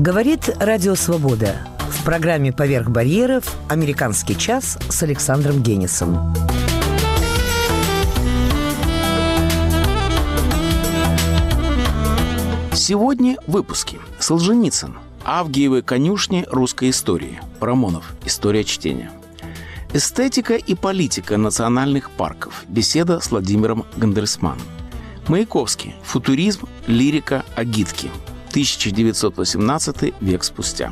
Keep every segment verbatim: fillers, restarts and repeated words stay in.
Говорит Радио Свобода. В программе «Поверх барьеров» «Американский час» с Александром Генисом. Сегодня в выпуске. Солженицын. Авгиевы конюшни русской истории. Парамонов. История чтения. Эстетика и политика национальных парков. Беседа с Владимиром Гандерсманом. Маяковский. Футуризм, лирика, агитки. тысяча девятьсот восемнадцатый век спустя.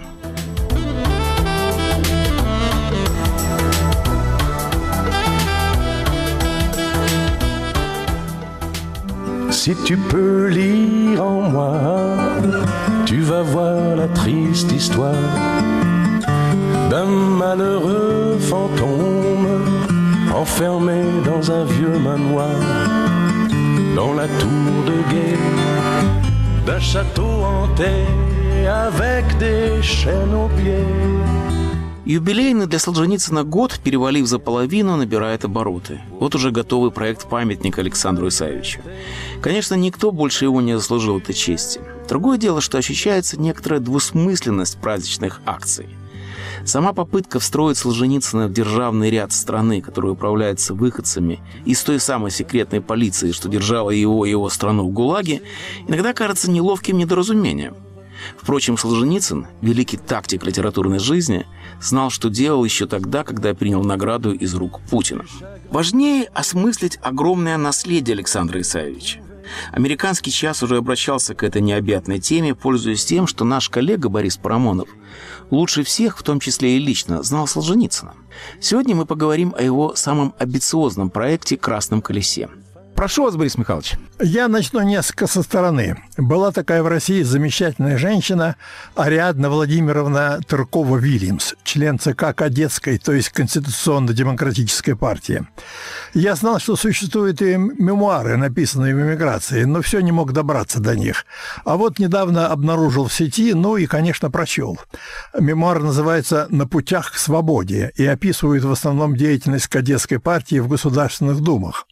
Si tu peux lire en moi, tu vas voir la triste histoire d'un malheureux fantôme enfermé dans un vieux manoir, dans la tour de guet d'un château hanté avec des chaînes aux pieds. Юбилейный для Солженицына год, перевалив за половину, набирает обороты. Вот уже готовый проект памятника Александру Исаевичу. Конечно, никто больше его не заслужил этой чести. Другое дело, что ощущается некоторая двусмысленность праздничных акций. Сама попытка встроить Солженицына в державный ряд страны, который управляется выходцами из той самой секретной полиции, что держала его и его страну в ГУЛАГе, иногда кажется неловким недоразумением. Впрочем, Солженицын, великий тактик литературной жизни, знал, что делал еще тогда, когда принял награду из рук Путина. Важнее осмыслить огромное наследие Александра Исаевича. «Американский час» уже обращался к этой необъятной теме, пользуясь тем, что наш коллега Борис Парамонов лучше всех, в том числе и лично, знал Солженицына. Сегодня мы поговорим о его самом амбициозном проекте «Красном колесе». Прошу вас, Борис Михайлович. Я начну несколько со стороны. Была такая в России замечательная женщина Ариадна Владимировна Тыркова-Вильямс, член ЦК Кадетской, то есть Конституционно-демократической партии. Я знал, что существуют и мемуары, написанные в эмиграции, но все не мог добраться до них. А вот недавно обнаружил в сети, ну и, конечно, прочел. Мемуар называется «На путях к свободе» и описывает в основном деятельность Кадетской партии в государственных думах,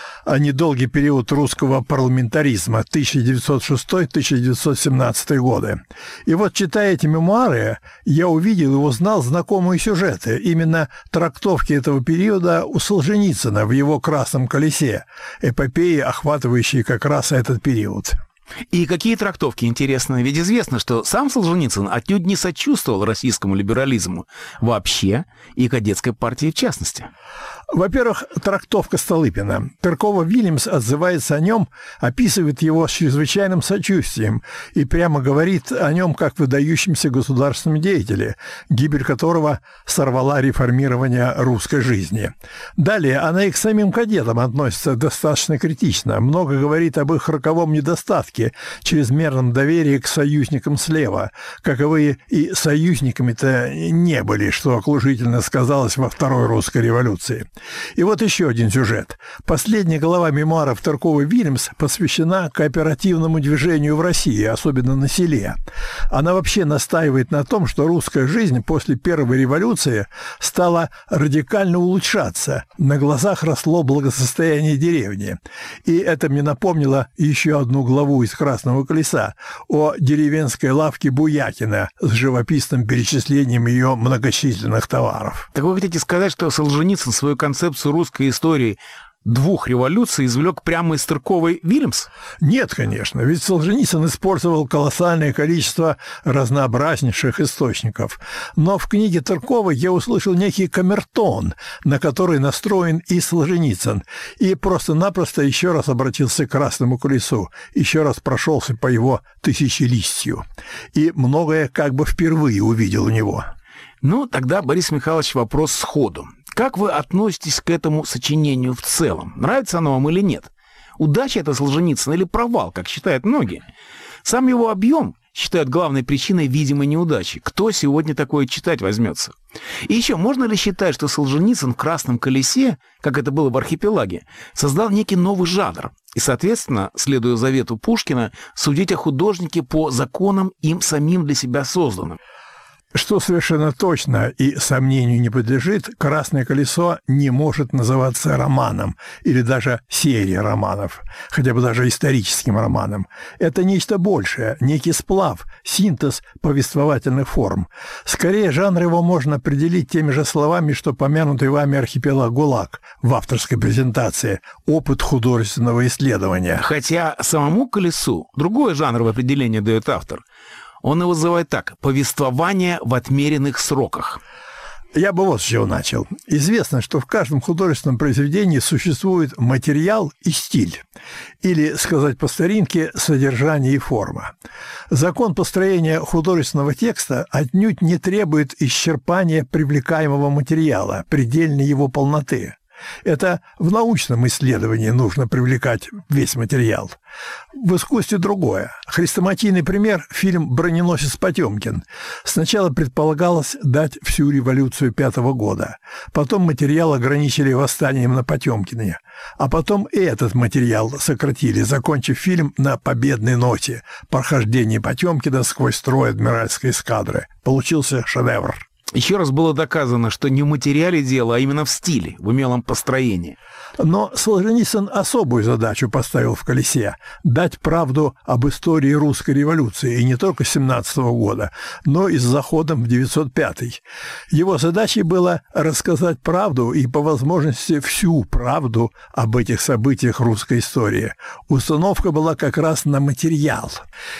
а недолгий период русского парламентаризма тысяча девятьсот шестой — тысяча девятьсот семнадцатый годы. И вот, читая эти мемуары, я увидел и узнал знакомые сюжеты, именно трактовки этого периода у Солженицына в его «Красном колесе», эпопеи, охватывающей как раз этот период. И какие трактовки, интересно? Ведь известно, что сам Солженицын отнюдь не сочувствовал российскому либерализму вообще и Кадетской партии в частности. Во-первых, трактовка Столыпина. Тыркова-Вильямс отзывается о нем, описывает его с чрезвычайным сочувствием и прямо говорит о нем как выдающемся государственном деятеле, гибель которого сорвала реформирование русской жизни. Далее, она и к самим кадетам относится достаточно критично, много говорит об их роковом недостатке, чрезмерном доверии к союзникам слева, каковы и союзниками-то не были, что окружительно сказалось во Второй русской революции. И вот еще один сюжет. Последняя глава мемуаров Тырковой-Вильямс посвящена кооперативному движению в России, особенно на селе. Она вообще настаивает на том, что русская жизнь после Первой революции стала радикально улучшаться. На глазах росло благосостояние деревни. И это мне напомнило еще одну главу из «Красного колеса» о деревенской лавке Буякина с живописным перечислением ее многочисленных товаров. Так вы хотите сказать, что Солженицын свою концепцию русской истории двух революций извлек прямо из Тырковой-Вильямс? Нет, конечно, ведь Солженицын использовал колоссальное количество разнообразнейших источников. Но в книге Тырковой я услышал некий камертон, на который настроен и Солженицын, и просто-напросто еще раз обратился к «Красному колесу», еще раз прошелся по его тысячелистью, и многое как бы впервые увидел у него. Ну, тогда, Борис Михайлович, вопрос сходу. Как вы относитесь к этому сочинению в целом? Нравится оно вам или нет? Удача это Солженицына или провал, как считают многие? Сам его объем считают главной причиной видимой неудачи. Кто сегодня такое читать возьмется? И еще, можно ли считать, что Солженицын в «Красном колесе», как это было в «Архипелаге», создал некий новый жанр? И, соответственно, следуя завету Пушкина, судить о художнике по законам им самим для себя созданным? Что совершенно точно и сомнению не подлежит, «Красное колесо» не может называться романом или даже серией романов, хотя бы даже историческим романом. Это нечто большее, некий сплав, синтез повествовательных форм. Скорее, жанр его можно определить теми же словами, что помянутый вами архипелаг ГУЛАГ в авторской презентации «Опыт художественного исследования». Хотя самому «Колесу» другое жанровое определение дает автор. Он его называет так – повествование в отмеренных сроках. Я бы вот с чего начал. Известно, что в каждом художественном произведении существует материал и стиль. Или, сказать по старинке, содержание и форма. Закон построения художественного текста отнюдь не требует исчерпания привлекаемого материала, предельной его полноты. Это в научном исследовании нужно привлекать весь материал. В искусстве другое. Хрестоматийный пример – фильм «Броненосец Потемкин». Сначала предполагалось дать всю революцию пятого года. Потом материал ограничили восстанием на Потемкине. А потом и этот материал сократили, закончив фильм на победной ноте «Прохождение Потемкина сквозь строй адмиральской эскадры». Получился шедевр. Еще раз было доказано, что не в материале дело, а именно в стиле, в умелом построении. Но Солженицын особую задачу поставил в «Колесе» – дать правду об истории русской революции, и не только семнадцатого года, но и с заходом в девятьсот пятый. Его задачей было рассказать правду и, по возможности, всю правду об этих событиях русской истории. Установка была как раз на материал.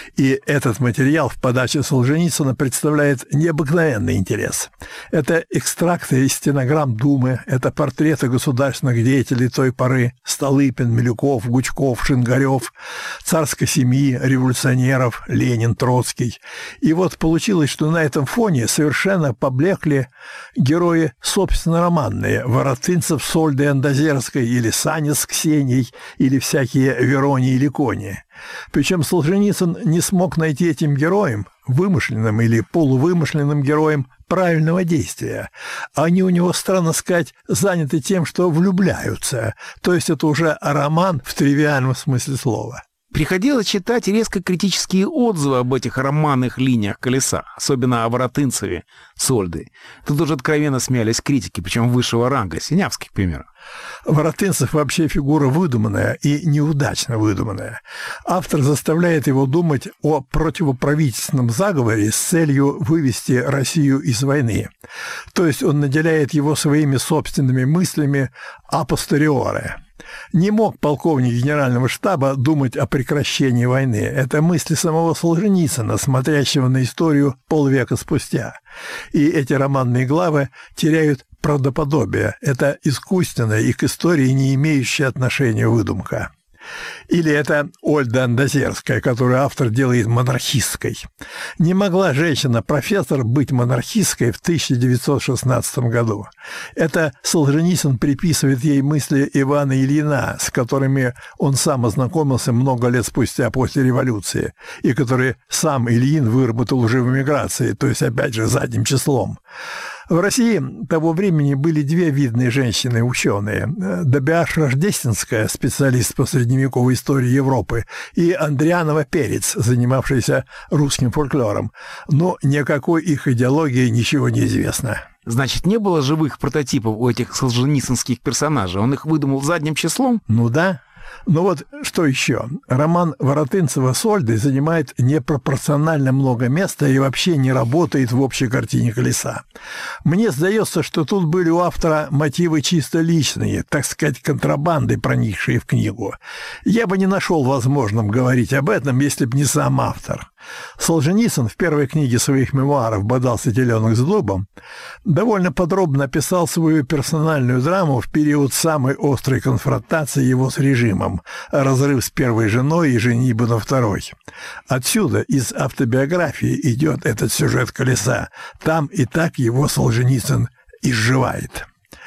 И этот материал в подаче Солженицына представляет необыкновенный интерес. Это экстракты из стенограмм Думы, это портреты государственных деятелей той поры: Столыпин, Милюков, Гучков, Шингарев, царской семьи, революционеров, Ленин, Троцкий. И вот получилось, что на этом фоне совершенно поблекли герои собственно романные: Воротынцев с Ольдой Андозерской, или Саня с Ксенией, или всякие Верони и Ликони. Причем Солженицын не смог найти этим героям, вымышленным или полувымышленным героям, правильного действия. Они у него, странно сказать, заняты тем, что влюбляются. То есть это уже роман в тривиальном смысле слова. Приходилось читать резко критические отзывы об этих романных линиях «Колеса», особенно о Воротынцеве с Ольдой. Тут уже откровенно смеялись критики, причем высшего ранга, Синявский, к примеру. Воротынцев вообще фигура выдуманная и неудачно выдуманная. Автор заставляет его думать о противоправительственном заговоре с целью вывести Россию из войны. То есть он наделяет его своими собственными мыслями апостериоре. Не мог полковник генерального штаба думать о прекращении войны. Это мысли самого Солженицына, смотрящего на историю полвека спустя. И эти романные главы теряют правдоподобие. Это искусственная и к истории не имеющая отношения выдумка. Или это Ольда Андозерская, которую автор делает монархистской. Не могла женщина-профессор быть монархистской в тысяча девятьсот шестнадцатом году. Это Солженицын приписывает ей мысли Ивана Ильина, с которыми он сам ознакомился много лет спустя после революции, и которые сам Ильин выработал уже в эмиграции, то есть, опять же, задним числом. В России того времени были две видные женщины-ученые. Добиаш Рождественская, специалист по средневековой истории Европы, и Андрианова Перец, занимавшаяся русским фольклором. Но ни о какой их идеологии ничего не известно. Значит, не было живых прототипов у этих солженицынских персонажей? Он их выдумал задним числом? Ну да. Ну вот что еще? Роман Воротынцева с Ольдой занимает непропорционально много места и вообще не работает в общей картине «Колеса». Мне сдается, что тут были у автора мотивы чисто личные, так сказать, контрабанды, проникшие в книгу. Я бы не нашел возможным говорить об этом, если бы не сам автор. Солженицын в первой книге своих мемуаров «Бодался теленок с дубом» довольно подробно описал свою персональную драму в период самой острой конфронтации его с режимом, разрыв с первой женой и женитьбы на второй. Отсюда из автобиографии идет этот сюжет «Колеса». Там и так его Солженицын изживает.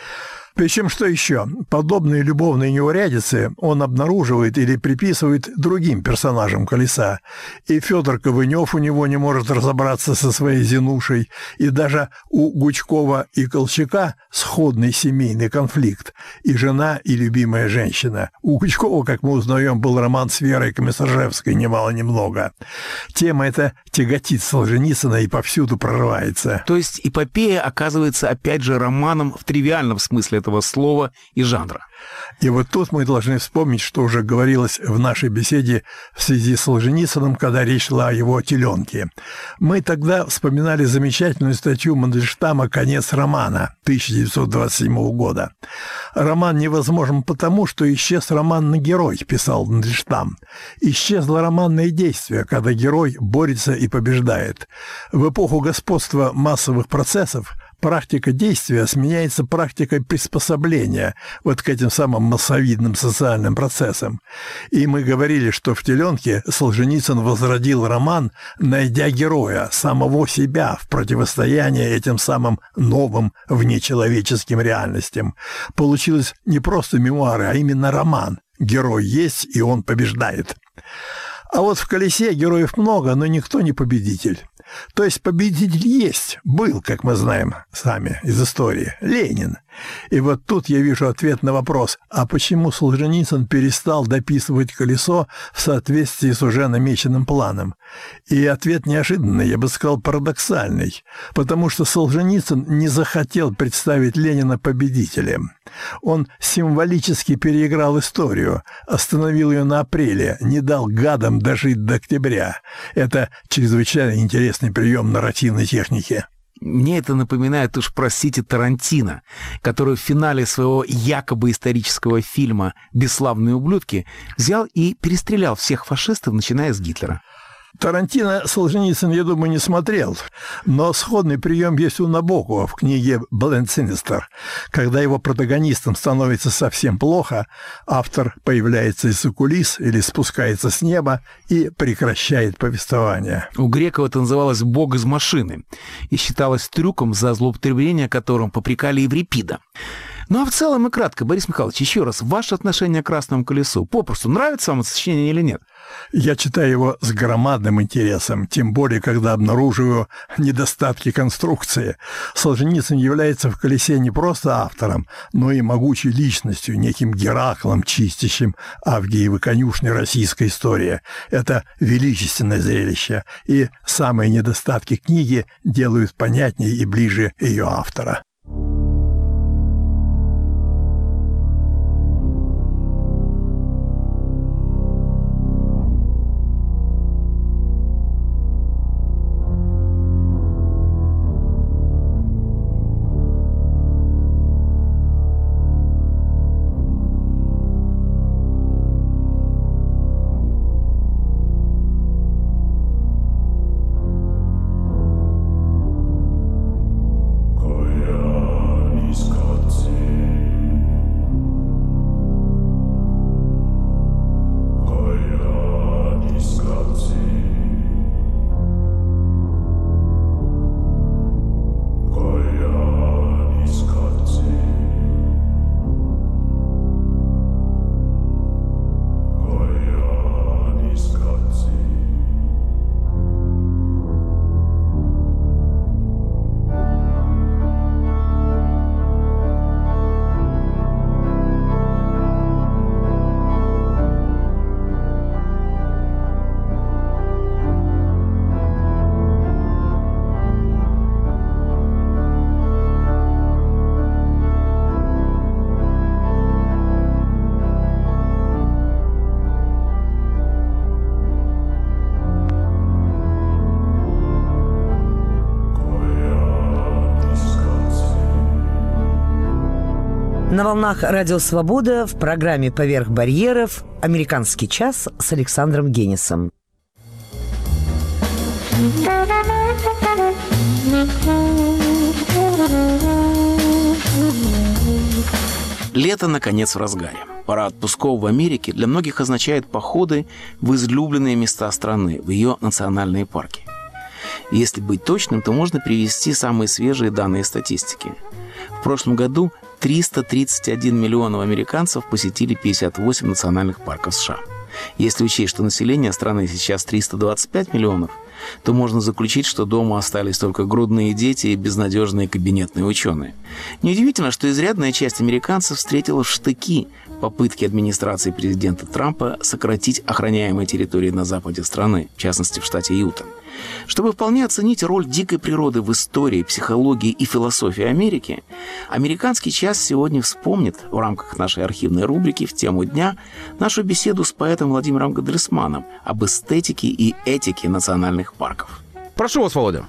Причем, что еще? Подобные любовные неурядицы он обнаруживает или приписывает другим персонажам «Колеса». И Федор Ковынев у него не может разобраться со своей Зинушей, и даже у Гучкова и Колчака сходный семейный конфликт. И жена, и любимая женщина. У Гучкова, как мы узнаем, был роман с Верой Комиссаржевской, немало-немного. Тема эта тяготит Солженицына и повсюду прорывается. То есть эпопея оказывается опять же романом в тривиальном смысле этого слова и жанра. И вот тут мы должны вспомнить, что уже говорилось в нашей беседе в связи с Солженицыным, когда речь шла о его теленке. Мы тогда вспоминали замечательную статью Мандельштама «Конец романа» тысяча девятьсот двадцать седьмого года. «Роман невозможен потому, что исчез романный герой», писал Мандельштам. «Исчезло романное действие, когда герой борется и побеждает. В эпоху господства массовых процессов практика действия сменяется практикой приспособления вот к этим самым массовидным социальным процессам. И мы говорили, что в «Теленке» Солженицын возродил роман, найдя героя, самого себя, в противостоянии этим самым новым внечеловеческим реальностям. Получилось не просто мемуары, а именно роман. Герой есть, и он побеждает. А вот в «Колесе» героев много, но никто не победитель. То есть победитель есть, был, как мы знаем сами из истории, Ленин. И вот тут я вижу ответ на вопрос, а почему Солженицын перестал дописывать «Колесо» в соответствии с уже намеченным планом? И ответ неожиданный, я бы сказал, парадоксальный, потому что Солженицын не захотел представить Ленина победителем. Он символически переиграл историю, остановил ее на апреле, не дал гадам дожить до октября. Это чрезвычайно интересный прием нарративной техники. Мне это напоминает, уж простите, Тарантино, который в финале своего якобы исторического фильма «Бесславные ублюдки» взял и перестрелял всех фашистов, начиная с Гитлера. Тарантино Солженицын, я думаю, не смотрел, но сходный прием есть у Набокова в книге «Бленд Синистер». Когда его протагонистом становится совсем плохо, автор появляется из-за кулис или спускается с неба и прекращает повествование. У Грекова это называлось «бог из машины» и считалось трюком, за злоупотребление которым попрекали Еврипида. Ну а в целом и кратко, Борис Михайлович, еще раз, ваше отношение к «Красному колесу» попросту нравится вам это сочинение или нет? Я читаю его с громадным интересом, тем более, когда обнаруживаю недостатки конструкции. Солженицын является в «Колесе» не просто автором, но и могучей личностью, неким Гераклом, чистящим Авгиевы конюшни российской истории. Это величественное зрелище, и самые недостатки книги делают понятнее и ближе ее автора. На волнах «Радио Свобода» в программе «Поверх барьеров» «Американский час» с Александром Генисом. Лето, наконец, в разгаре. Пора отпусков в Америке для многих означает походы в излюбленные места страны, в ее национальные парки. И если быть точным, то можно привести самые свежие данные статистики. В прошлом году триста тридцать один миллион американцев посетили пятьдесят восемь национальных парков США. Если учесть, что население страны сейчас триста двадцать пять миллионов, то можно заключить, что дома остались только грудные дети и безнадежные кабинетные ученые. Неудивительно, что изрядная часть американцев встретила в штыки попытки администрации президента Трампа сократить охраняемые территории на западе страны, в частности в штате Юта. Чтобы вполне оценить роль дикой природы в истории, психологии и философии Америки, «Американский час» сегодня вспомнит в рамках нашей архивной рубрики «В тему дня» нашу беседу с поэтом Владимиром Гадрисманом об эстетике и этике национальных парков. Прошу вас, Володя.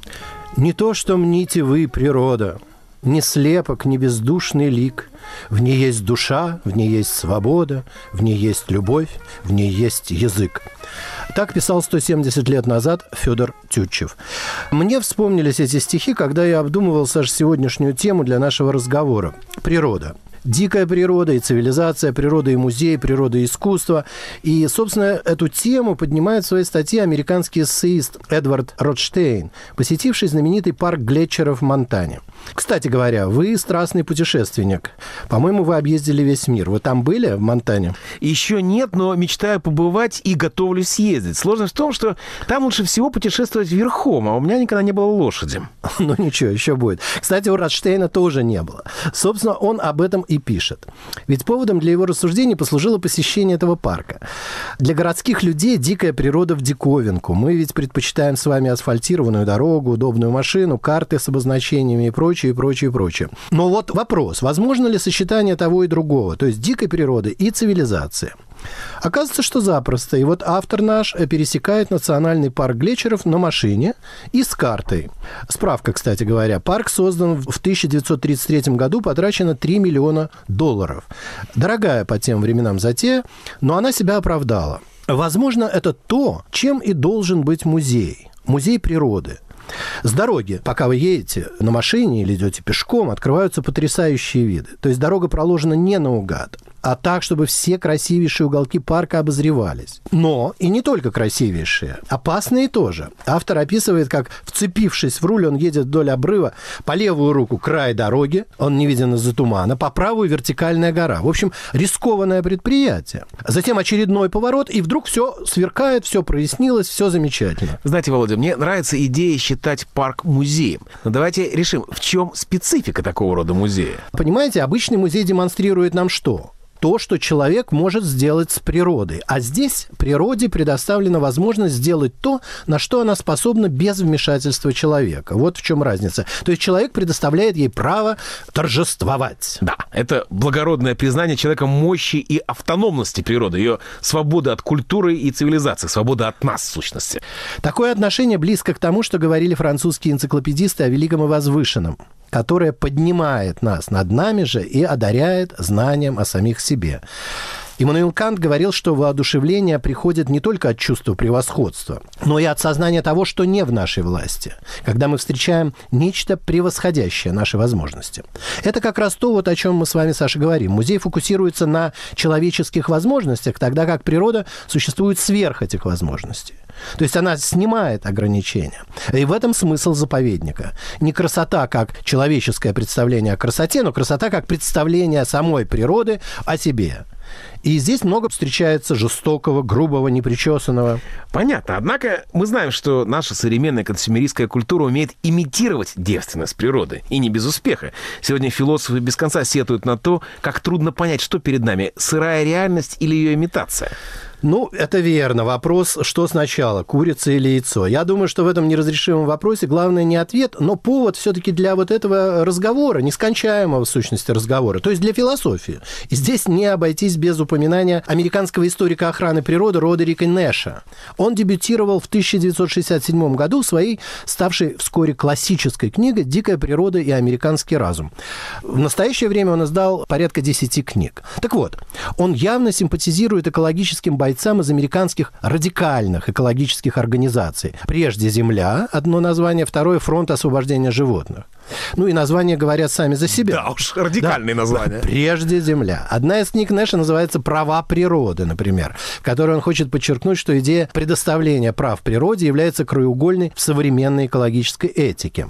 «Не то, что мните вы, природа, не слепок, не бездушный лик. В ней есть душа, в ней есть свобода, в ней есть любовь, в ней есть язык». Так писал сто семьдесят лет назад Федор Тютчев. Мне вспомнились эти стихи, когда я обдумывал, Саш, сегодняшнюю тему для нашего разговора. Природа. Дикая природа и цивилизация, природа и музей, природа и искусство. И, собственно, эту тему поднимает в своей статье американский эссеист Эдвард Ротштейн, посетивший знаменитый парк Глетчеров в Монтане. Кстати говоря, вы страстный путешественник. По-моему, вы объездили весь мир. Вы там были, в Монтане? Еще нет, но мечтаю побывать и готовлюсь съездить. Сложность в том, что там лучше всего путешествовать верхом, а у меня никогда не было лошади. Ну ничего, еще будет. Кстати, у Ротштейна тоже не было. Собственно, он об этом и пишет. Ведь поводом для его рассуждений послужило посещение этого парка. Для городских людей дикая природа в диковинку. Мы ведь предпочитаем с вами асфальтированную дорогу, удобную машину, карты с обозначениями и прочее. Прочее, прочее, прочее. Но вот вопрос, возможно ли сочетание того и другого, то есть дикой природы и цивилизации? Оказывается, что запросто. И вот автор наш пересекает национальный парк Глетчеров на машине и с картой. Справка, кстати говоря. Парк создан в тысяча девятьсот тридцать третьем году, потрачено три миллиона долларов. Дорогая по тем временам затея, но она себя оправдала. Возможно, это то, чем и должен быть музей. Музей природы. С дороги, пока вы едете на машине или идете пешком, открываются потрясающие виды. То есть дорога проложена не наугад, а так, чтобы все красивейшие уголки парка обозревались. Но и не только красивейшие, опасные тоже. Автор описывает, как, вцепившись в руль, он едет вдоль обрыва, по левую руку край дороги, он не виден из-за тумана, по правую вертикальная гора. В общем, рискованное предприятие. Затем очередной поворот, и вдруг все сверкает, все прояснилось, все замечательно. Знаете, Володя, мне нравится идея считать парк музеем. Но давайте решим, в чем специфика такого рода музея? Понимаете, обычный музей демонстрирует нам что? То, что человек может сделать с природой. А здесь природе предоставлена возможность сделать то, на что она способна без вмешательства человека. Вот в чем разница. То есть человек предоставляет ей право торжествовать. Да, это благородное признание человека мощи и автономности природы, ее свободы от культуры и цивилизации, свобода от нас, в сущности. Такое отношение близко к тому, что говорили французские энциклопедисты о великом и возвышенном, которое поднимает нас над нами же и одаряет знанием о самих себе. Иммануил Кант говорил, что воодушевление приходит не только от чувства превосходства, но и от сознания того, что не в нашей власти, когда мы встречаем нечто превосходящее наши возможности. Это как раз то, вот о чем мы с вами, Саша, говорим. Музей фокусируется на человеческих возможностях, тогда как природа существует сверх этих возможностей. То есть она снимает ограничения. И в этом смысл заповедника. Не красота как человеческое представление о красоте, но красота как представление самой природы о себе. И здесь много встречается жестокого, грубого, непричесанного. Понятно. Однако мы знаем, что наша современная консюмеристская культура умеет имитировать девственность природы. И не без успеха. Сегодня философы без конца сетуют на то, как трудно понять, что перед нами – сырая реальность или ее имитация. Ну, это верно. Вопрос, что сначала, курица или яйцо. Я думаю, что в этом неразрешимом вопросе главное не ответ, но повод все-таки для вот этого разговора, нескончаемого в сущности разговора, то есть для философии. И здесь не обойтись без упоминания американского историка охраны природы Родерика Нэша. Он дебютировал в тысяча девятьсот шестьдесят седьмом году своей, ставшей вскоре классической книгой «Дикая природа и американский разум». В настоящее время он издал порядка десяти книг. Так вот, он явно симпатизирует экологическим бойцам из американских радикальных экологических организаций. Прежде «Земля» — одно название, второе — «Фронт освобождения животных». Ну и названия говорят сами за себя. Да уж, радикальные да. названия. «Прежде Земля». Одна из книг Нэша называется «Права природы», например, в которой он хочет подчеркнуть, что идея предоставления прав природе является краеугольной в современной экологической этике.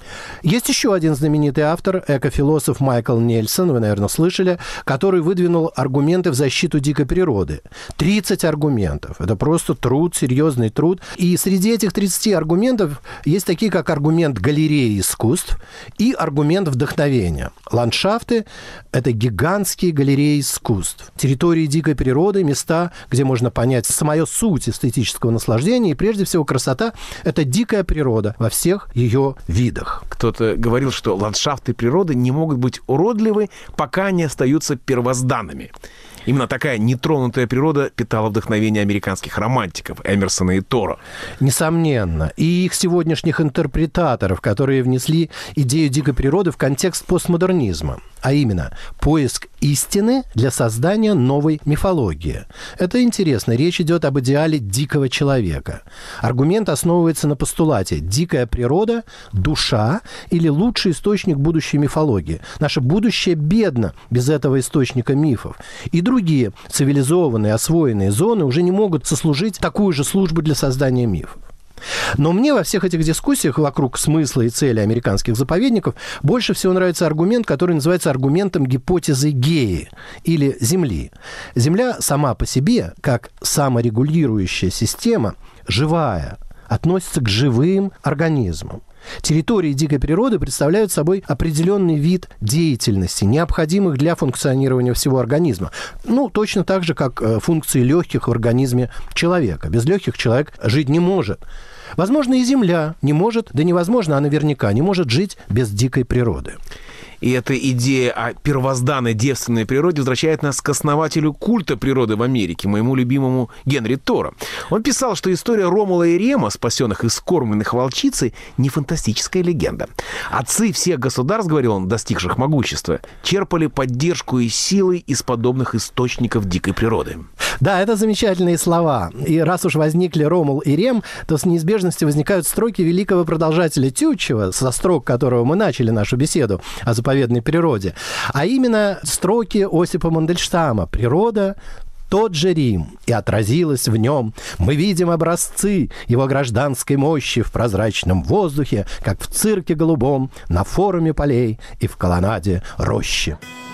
Есть еще один знаменитый автор, экофилософ Майкл Нельсон, вы, наверное, слышали, который выдвинул аргументы в защиту дикой природы. тридцать аргументов. Это просто труд, серьезный труд. И среди этих тридцати аргументов есть такие, как аргумент галереи искусств и аргумент вдохновения. Ландшафты – это гигантские галереи искусств. Территории дикой природы – места, где можно понять самую суть эстетического наслаждения. И прежде всего красота – это дикая природа во всех ее видах. Кто-то говорил, что ландшафты природы не могут быть уродливы, пока они остаются первозданными. Именно такая нетронутая природа питала вдохновение американских романтиков Эмерсона и Торо. Несомненно. И их сегодняшних интерпретаторов, которые внесли идею дикой природы в контекст постмодернизма. А именно, поиск истины для создания новой мифологии. Это интересно. Речь идет об идеале дикого человека. Аргумент основывается на постулате: дикая природа, душа или лучший источник будущей мифологии. Наше будущее бедно без этого источника мифов. И другие цивилизованные, освоенные зоны уже не могут сослужить такую же службу для создания мифов. Но мне во всех этих дискуссиях вокруг смысла и цели американских заповедников больше всего нравится аргумент, который называется аргументом гипотезы Геи или Земли. Земля сама по себе, как саморегулирующая система, живая, относится к живым организмам. Территории дикой природы представляют собой определенный вид деятельности, необходимых для функционирования всего организма. Ну, точно так же, как функции легких в организме человека. Без легких человек жить не может. Возможно, и Земля не может, да невозможно, а наверняка не может жить без дикой природы. И эта идея о первозданной девственной природе возвращает нас к основателю культа природы в Америке, моему любимому Генри Торо. Он писал, что история Ромула и Рема, спасенных и скормленных волчицей, не фантастическая легенда. Отцы всех государств, говорил он, достигших могущества, черпали поддержку и силы из подобных источников дикой природы. Да, это замечательные слова. И раз уж возникли Ромул и Рем, то с неизбежностью возникают строки великого продолжателя Тютчева, со строк которого мы начали нашу беседу о заповедной природе. А именно строки Осипа Мандельштама «Природа – тот же Рим, и отразилось в нем. Мы видим образцы его гражданской мощи в прозрачном воздухе, как в цирке голубом, на форуме полей и в колоннаде рощи».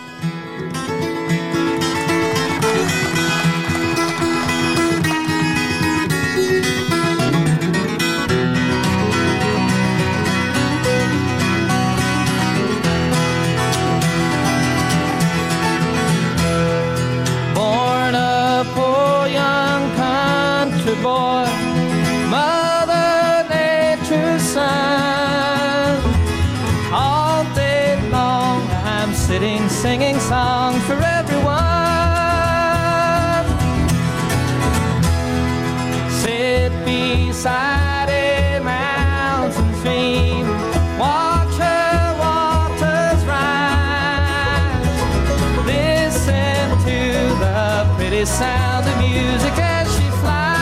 Boy, Mother Nature's son. All day long I'm sitting singing songs for everyone. Sit beside a mountain stream, watch her waters rise, listen to the pretty sound of music as she flies.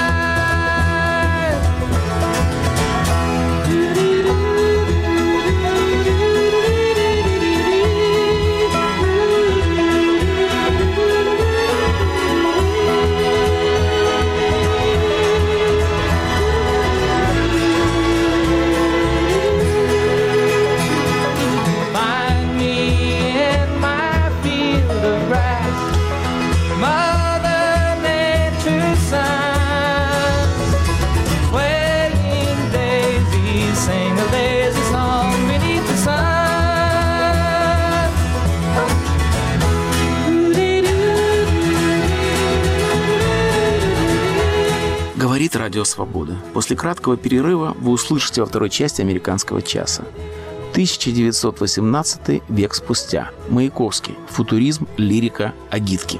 Говорит Радио Свобода. После краткого перерыва вы услышите во второй части «Американского часа». тысяча девятьсот восемнадцатый век спустя. Маяковский. Футуризм, лирика, агитки.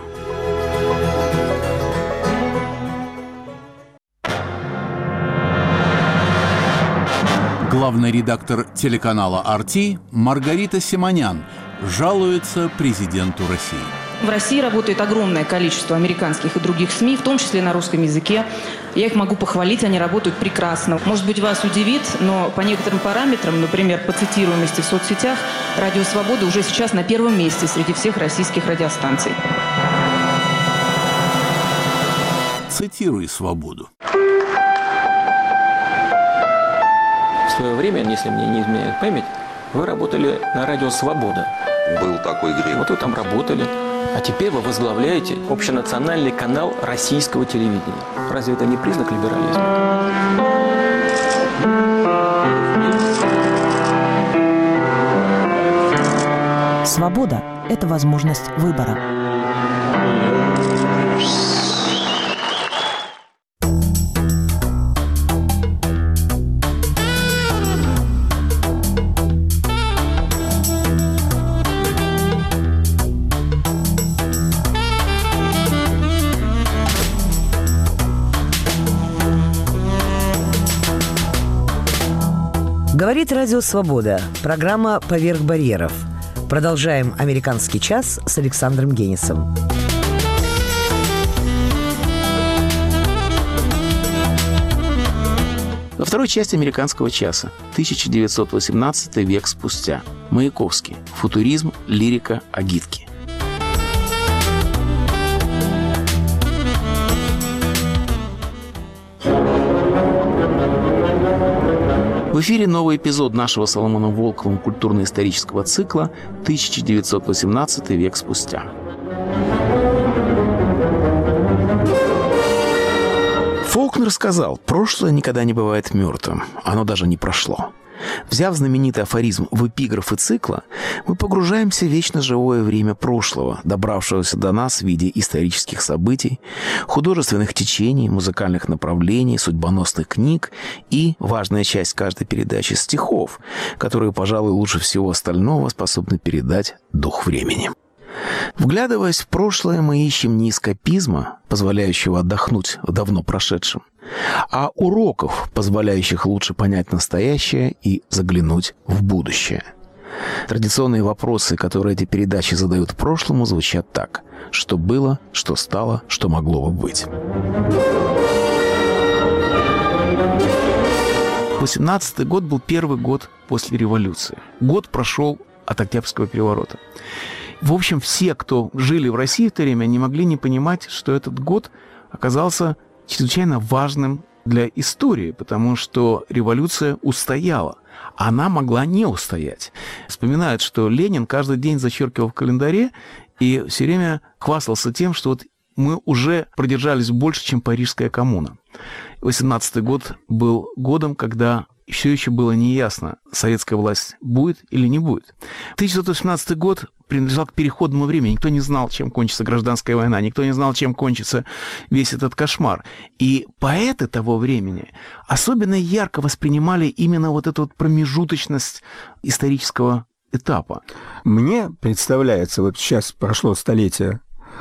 Главный редактор телеканала эр ти Маргарита Симонян жалуется президенту России. В России работает огромное количество американских и других СМИ, в том числе на русском языке. Я их могу похвалить, они работают прекрасно. Может быть, вас удивит, но по некоторым параметрам, например, по цитируемости в соцсетях, Радио Свобода уже сейчас на первом месте среди всех российских радиостанций. Цитируй свободу. В свое время, если мне не изменяет память, Вы работали на радио «Свобода». Был такой грех. Вот вы там работали. А теперь вы возглавляете общенациональный канал российского телевидения. Разве это не признак либерализма? Свобода – это возможность выбора. Говорит Радио Свобода. Программа «Поверх барьеров». Продолжаем «Американский час» с Александром Генисом. Во второй части «Американского часа» тысяча девятьсот восемнадцатый век спустя. Маяковский. Футуризм, лирика, агитки. В эфире новый эпизод нашего с Соломоном Волковым культурно-исторического цикла тысяча девятьсот восемнадцатый век спустя. Фолкнер сказал: «Прошлое никогда не бывает мертвым, оно даже не прошло». Взяв знаменитый афоризм в эпиграфы цикла, мы погружаемся в вечно живое время прошлого, добравшегося до нас в виде исторических событий, художественных течений, музыкальных направлений, судьбоносных книг и, важная часть каждой передачи, стихов, которые, пожалуй, лучше всего остального способны передать дух времени. Вглядываясь в прошлое, мы ищем не эскапизма, позволяющего отдохнуть в давно прошедшем, а уроков, позволяющих лучше понять настоящее и заглянуть в будущее. Традиционные вопросы, которые эти передачи задают прошлому, звучат так: что было, что стало, что могло бы быть. восемнадцатый год был первый год после революции. Год прошел от Октябрьского переворота. В общем, все, кто жили в России в то время, не могли не понимать, что этот год оказался чрезвычайно важным для истории, потому что революция устояла. Она могла не устоять. Вспоминают, что Ленин каждый день зачеркивал в календаре и все время хвастался тем, что вот мы уже продержались больше, чем Парижская коммуна. восемнадцатый год был годом, когда все еще было неясно, советская власть будет или не будет. тысяча девятьсот восемнадцатый год принадлежал к переходному времени. Никто не знал, чем кончится гражданская война, никто не знал, чем кончится весь этот кошмар. И поэты того времени особенно ярко воспринимали именно вот эту вот промежуточность исторического этапа. Мне представляется, вот сейчас прошло столетие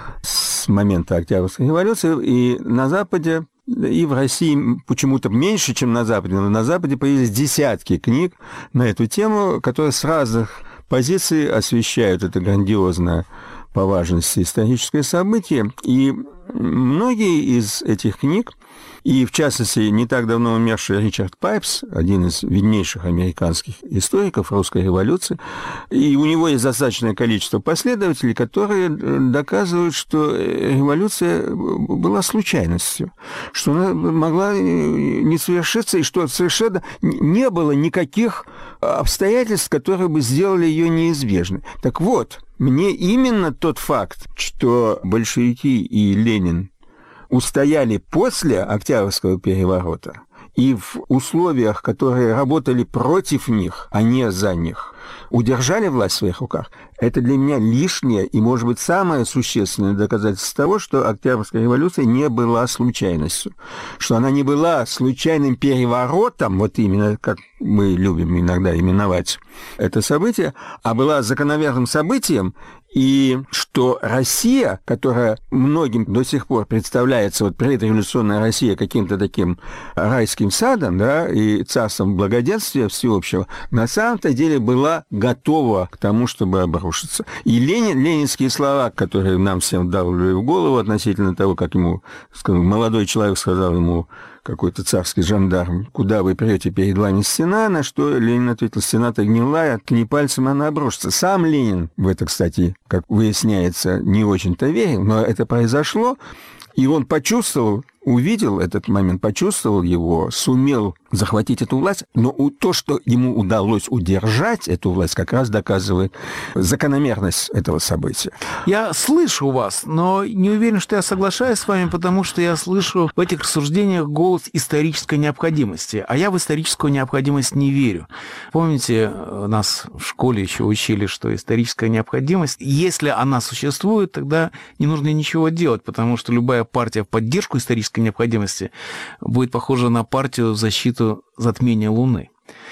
с момента Октябрьской революции, и на Западе, и в России почему-то меньше, чем на Западе, но на Западе появились десятки книг на эту тему, которые с разных позиций освещают это грандиозное по важности историческое событие. И многие из этих книг, и в частности не так давно умерший Ричард Пайпс, один из виднейших американских историков русской революции, и у него есть достаточное количество последователей, которые доказывают, что революция была случайностью, что она могла не совершиться, и что совершенно не было никаких обстоятельств, которые бы сделали ее неизбежной. Так вот, мне именно тот факт, что большевики и Ленин устояли после Октябрьского переворота и в условиях, которые работали против них, а не за них, удержали власть в своих руках, это для меня лишнее и, может быть, самое существенное доказательство того, что Октябрьская революция не была случайностью, что она не была случайным переворотом, вот именно как мы любим иногда именовать это событие, а была закономерным событием, и что Россия, которая многим до сих пор представляется, вот предреволюционная Россия, каким-то таким райским садом, да, и царством благоденствия всеобщего, на самом-то деле была готова к тому, чтобы обрушиться. И Ленин, ленинские слова, которые нам всем вдалбливали в голову относительно того, как ему, скажем, молодой человек сказал ему, какой-то царский жандарм: «Куда вы прете, перед вами стена?» На что Ленин ответил: «Стена-то гнилая, ткни пальцем, она обрушится». Сам Ленин в это, кстати, как выясняется, не очень-то верил, но это произошло, и он почувствовал увидел этот момент, почувствовал его, сумел захватить эту власть, но то, что ему удалось удержать эту власть, как раз доказывает закономерность этого события. Я слышу вас, но не уверен, что я соглашаюсь с вами, потому что я слышу в этих рассуждениях голос исторической необходимости, а я в историческую необходимость не верю. Помните, нас в школе еще учили, что историческая необходимость, если она существует, тогда не нужно ничего делать, потому что любая партия в поддержку исторической необходимости будет похожа на партию в защиту затмения Луны.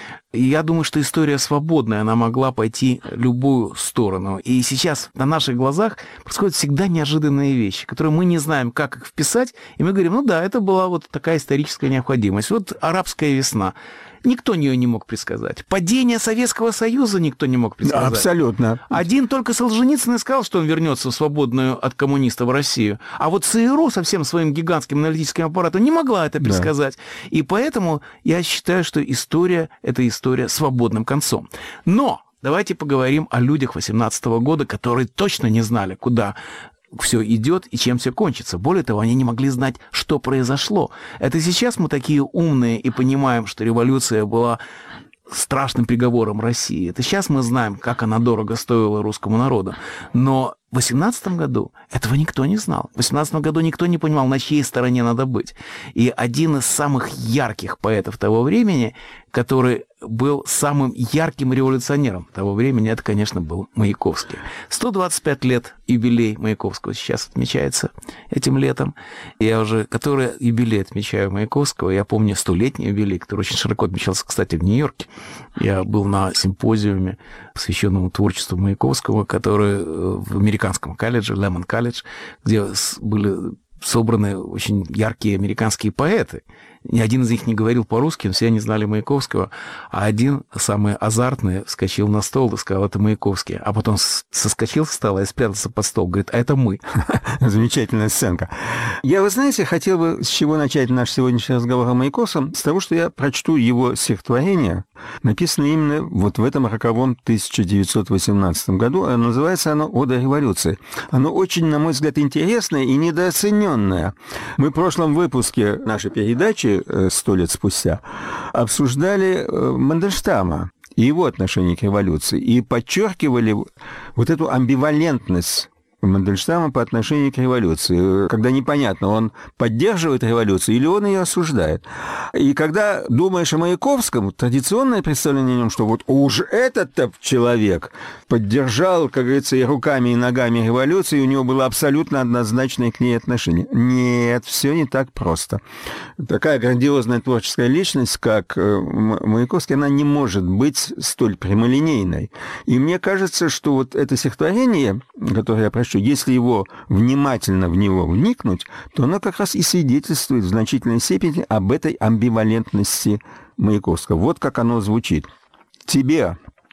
И я думаю, что история свободная, она могла пойти в любую сторону. И сейчас на наших глазах происходят всегда неожиданные вещи, которые мы не знаем, как их вписать, и мы говорим, ну да, это была вот такая историческая необходимость. Вот арабская весна. Никто ее не мог предсказать. Падение Советского Союза никто не мог предсказать. Абсолютно. Один только Солженицын и сказал, что он вернется в свободную от коммунистов Россию. А вот ЦРУ со всем своим гигантским аналитическим аппаратом не могла это предсказать. Да. И поэтому я считаю, что история – это история с свободным концом. Но давайте поговорим о людях восемнадцатого года, которые точно не знали, куда все идет и чем все кончится. Более того, они не могли знать, что произошло. Это сейчас мы такие умные и понимаем, что революция была страшным приговором России. Это сейчас мы знаем, как она дорого стоила русскому народу. Но в восемнадцатом году этого никто не знал. В восемнадцатом году никто не понимал, на чьей стороне надо быть. И один из самых ярких поэтов того времени, который был самым ярким революционером того времени, это, конечно, был Маяковский. сто двадцать пять лет юбилей Маяковского сейчас отмечается этим летом. Я уже, который юбилей отмечаю Маяковского, я помню столетний юбилей, который очень широко отмечался, кстати, в Нью-Йорке. Я был на симпозиуме, посвященному творчеству Маяковского, который в американском колледже, Лемон колледж, где были собраны очень яркие американские поэты. Ни один из них не говорил по-русски, все они знали Маяковского, а один, самый азартный, вскочил на стол и сказал, это Маяковский. А потом соскочил со стола и спрятался под стол. Говорит, а это мы. Замечательная сценка. Я, вы знаете, хотел бы с чего начать наш сегодняшний разговор о Маяковском? С того, что я прочту его стихотворение, написанное именно вот в этом роковом тысяча девятьсот восемнадцатом году, а называется оно «Ода революции». Оно очень, на мой взгляд, интересное и недооцененное. Мы в прошлом выпуске нашей передачи сто лет спустя, обсуждали Мандельштама и его отношение к революции, и подчеркивали вот эту амбивалентность Мандельштама по отношению к революции, когда непонятно, он поддерживает революцию или он ее осуждает. И когда думаешь о Маяковском, традиционное представление о нем, что вот уж этот-то человек поддержал, как говорится, и руками, и ногами революцию, и у него было абсолютно однозначное к ней отношение. Нет, все не так просто. Такая грандиозная творческая личность, как Маяковский, она не может быть столь прямолинейной. И мне кажется, что вот это стихотворение, которое я прочту, если его внимательно в него вникнуть, то оно как раз и свидетельствует в значительной степени об этой амбивалентности Маяковского. Вот как оно звучит. «Тебе,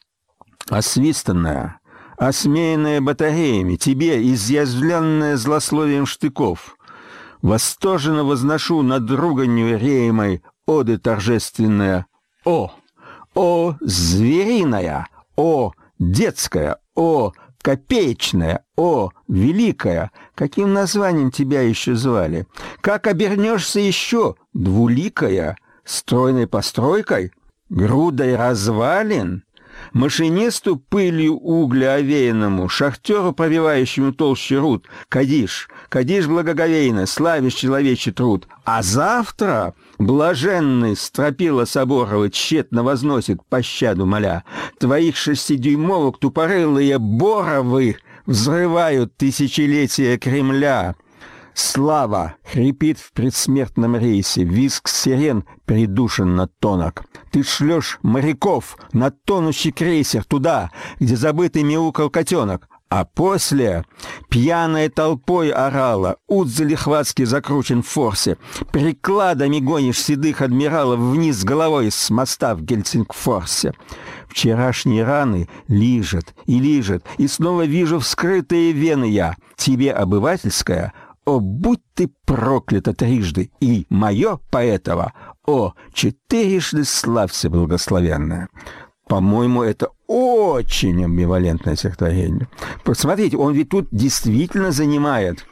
освистанная, осмеянная батареями, тебе, изъязвленная злословием штыков, восторженно возношу над руганью реемой оды торжественная. О! О, звериная! О, детская! О, копеечная, о, великая, каким названием тебя еще звали? Как обернешься еще, двуликая, стройной постройкой, грудой развалин, машинисту пылью угля овеянному, шахтеру, пробивающему толще руд, кадиш, кадиш благоговейно, славишь человечий труд, а завтра блаженный стропила соборовый тщетно возносит пощаду моля, твоих шестидюймовок тупорылые боровы взрывают тысячелетия Кремля. Слава хрипит в предсмертном рейсе, визг сирен придушен на тонок. Ты шлешь моряков на тонущий крейсер туда, где забытый мяукал котенок. А после пьяной толпой орала, ут залихватски закручен в форсе, прикладами гонишь седых адмиралов вниз головой с моста в Гельсингфорсе. Вчерашние раны лижет и лижет, и снова вижу вскрытые вены я. Тебе, обывательская, о, будь ты проклята трижды, и мое поэтово, о, четырежды славься благословенная. По-моему, это очень амбивалентное стихотворение. Посмотрите, он ведь тут действительно занимает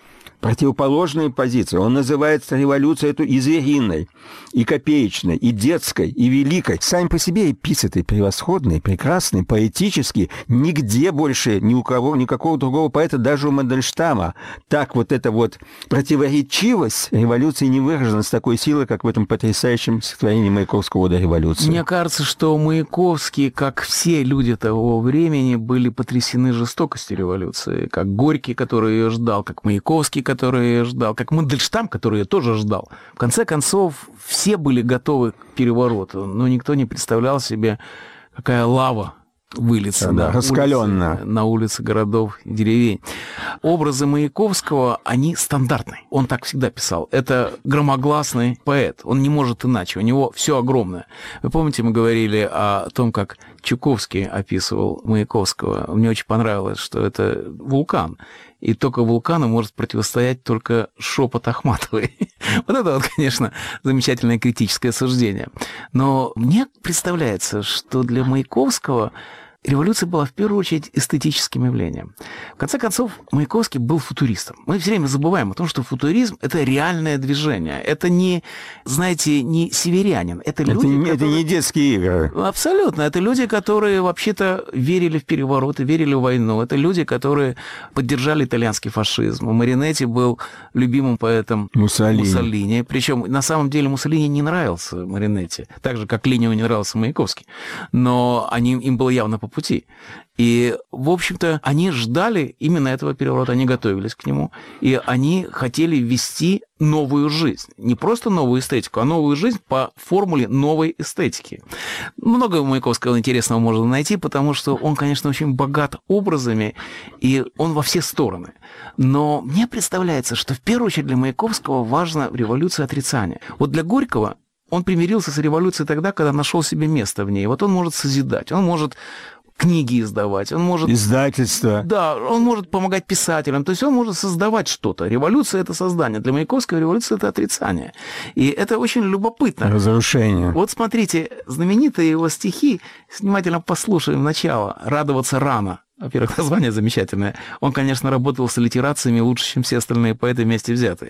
противоположные позиции. Он называет революцию эту и звериной, и копеечной, и детской, и великой. Сами по себе эпитеты превосходные, прекрасные, поэтические. Нигде больше ни у кого, никакого другого поэта, даже у Мандельштама, так вот эта вот противоречивость революции не выражена с такой силой, как в этом потрясающем стихотворении Маяковского «Ода революции». Мне кажется, что Маяковский, как все люди того времени, были потрясены жестокостью революции. Как Горький, который ее ждал, как Маяковский, который ее ждал, как Мандельштам, который ее тоже ждал. В конце концов, все были готовы к перевороту, но никто не представлял себе, какая лава выльется да, на, раскаленная. улицы, на улицы городов и деревень. Образы Маяковского, они стандартные. Он так всегда писал. Это громогласный поэт. Он не может иначе. У него все огромное. Вы помните, мы говорили о том, как Чуковский описывал Маяковского. Мне очень понравилось, что это вулкан. И только вулкану может противостоять только шепот Ахматовой. Вот это вот, конечно, замечательное критическое суждение. Но мне представляется, что для Маяковского революция была в первую очередь эстетическим явлением. В конце концов, Маяковский был футуристом. Мы все время забываем о том, что футуризм – это реальное движение. Это не, знаете, не северянин. Это, люди, это, не, которые... это не детские игры. Абсолютно. Это люди, которые вообще-то верили в перевороты, верили в войну. Это люди, которые поддержали итальянский фашизм. Маринетти был любимым поэтом Муссолини. Муссолини. Причем на самом деле Муссолини не нравился Маринетти. Так же, как Ленину не нравился Маяковский. Но они, им было явно по пути. И, в общем-то, они ждали именно этого переворота, они готовились к нему, и они хотели ввести новую жизнь. Не просто новую эстетику, а новую жизнь по формуле новой эстетики. Много у Маяковского интересного можно найти, потому что он, конечно, очень богат образами, и он во все стороны. Но мне представляется, что в первую очередь для Маяковского важна революция отрицания. Вот для Горького он примирился с революцией тогда, когда нашел себе место в ней. Вот он может созидать, он может книги издавать, он может... Издательство. Да, он может помогать писателям, то есть он может создавать что-то. Революция – это создание. Для Маяковского революция – это отрицание. И это очень любопытно. Разрушение. Вот смотрите, знаменитые его стихи, внимательно послушаем начало. «Радоваться рано». Во-первых, название замечательное. Он, конечно, работал с аллитерациями лучше, чем все остальные поэты вместе взятые.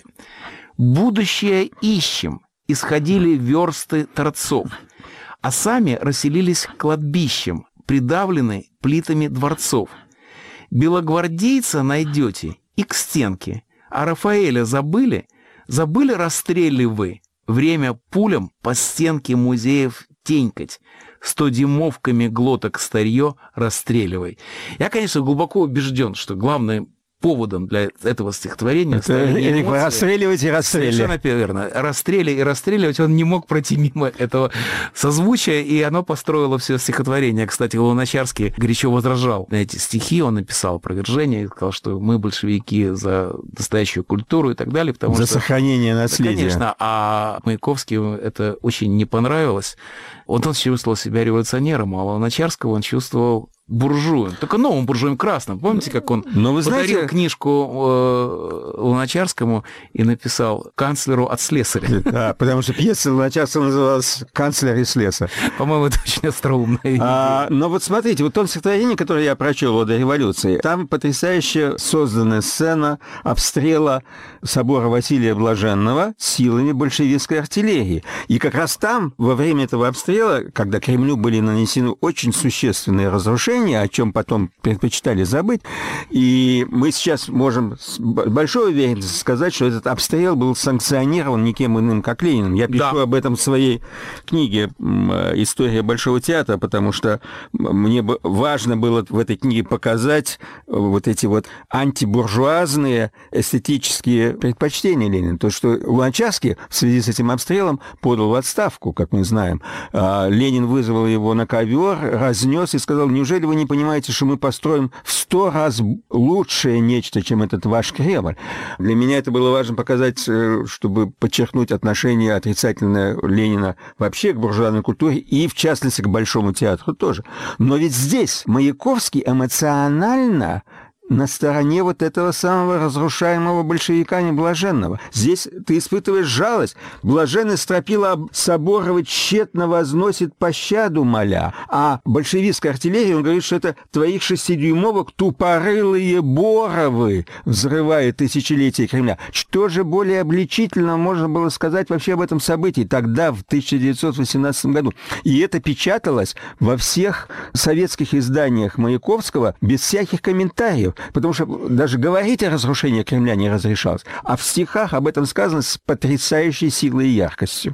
«Будущее ищем, исходили версты торцов, а сами расселились кладбищем, придавлены плитами дворцов. Белогвардейца найдете и к стенке, а Рафаэля забыли? Забыли расстрели вы? Время пулям по стенке музеев тенькать, стодюймовками глоток старье расстреливай». Я, конечно, глубоко убежден, что главное поводом для этого стихотворения стали расстреливать и расстреливать. Совершенно верно. Расстрелять и расстреливать он не мог пройти мимо этого созвучия, и оно построило все стихотворение. Кстати, Луначарский горячо возражал на эти стихи, он написал опровержение, сказал, что мы, большевики, за настоящую культуру и так далее. Потому за что, сохранение наследия. Конечно, а Маяковскому это очень не понравилось. Вот он чувствовал себя революционером, а Луначарского он чувствовал буржуем, только новым буржуем красным. Помните, как он Но вы подарил знаете... книжку э, Луначарскому и написал «Канцлеру от слесаря». Да, потому что пьеса Луначарского называлась «Канцлер и слесарь». По-моему, это очень остроумно. А, но вот смотрите, вот то стихотворение, которое я прочел «Ода революции», там потрясающе созданная сцена обстрела собора Василия Блаженного силами большевистской артиллерии. И как раз там, во время этого обстрела, когда Кремлю были нанесены очень существенные разрушения, о чем потом предпочитали забыть. И мы сейчас можем с большой уверенностью сказать, что этот обстрел был санкционирован никем иным, как Лениным. Я пишу да. об этом в своей книге «История Большого театра», потому что мне важно было в этой книге показать вот эти вот антибуржуазные эстетические предпочтения Ленина. То, что Луначарский в связи с этим обстрелом подал в отставку, как мы знаем. Ленин вызвал его на ковер, разнес и сказал: неужели вы не понимаете, что мы построим в сто раз лучшее нечто, чем этот ваш Кремль? Для меня это было важно показать, чтобы подчеркнуть отношение отрицательное Ленина вообще к буржуазной культуре и, в частности, к Большому театру тоже. Но ведь здесь Маяковский эмоционально на стороне вот этого самого разрушаемого большевиками Блаженного. Здесь ты испытываешь жалость. Блаженный стропила Соборова тщетно возносит пощаду моля, а большевистская артиллерия, он говорит, что это твоих шестидюймовок тупорылые Боровы взрывает тысячелетие Кремля. Что же более обличительно можно было сказать вообще об этом событии тогда, в тысяча девятьсот восемнадцатом году? И это печаталось во всех советских изданиях Маяковского без всяких комментариев. Потому что даже говорить о разрушении Кремля не разрешалось. А в стихах об этом сказано с потрясающей силой и яркостью.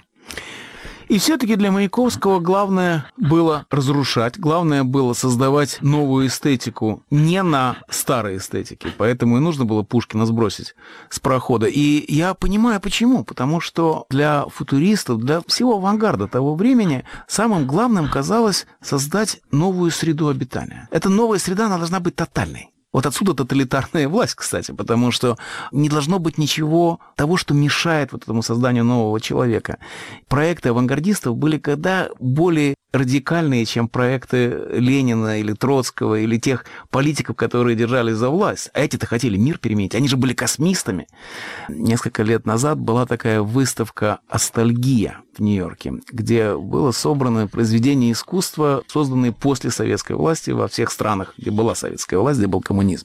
И все-таки для Маяковского главное было разрушать, главное было создавать новую эстетику, не на старой эстетике. Поэтому и нужно было Пушкина сбросить с парохода. И я понимаю, почему. Потому что для футуристов, для всего авангарда того времени самым главным казалось создать новую среду обитания. Эта новая среда, она должна быть тотальной. Вот отсюда тоталитарная власть, кстати, потому что не должно быть ничего того, что мешает вот этому созданию нового человека. Проекты авангардистов были когда более радикальные, чем проекты Ленина или Троцкого, или тех политиков, которые держались за власть. А эти-то хотели мир переменить, они же были космистами. Несколько лет назад была такая выставка «Астальгия» в Нью-Йорке, где было собрано произведения искусства, созданные после советской власти во всех странах, где была советская власть, где был коммунизм.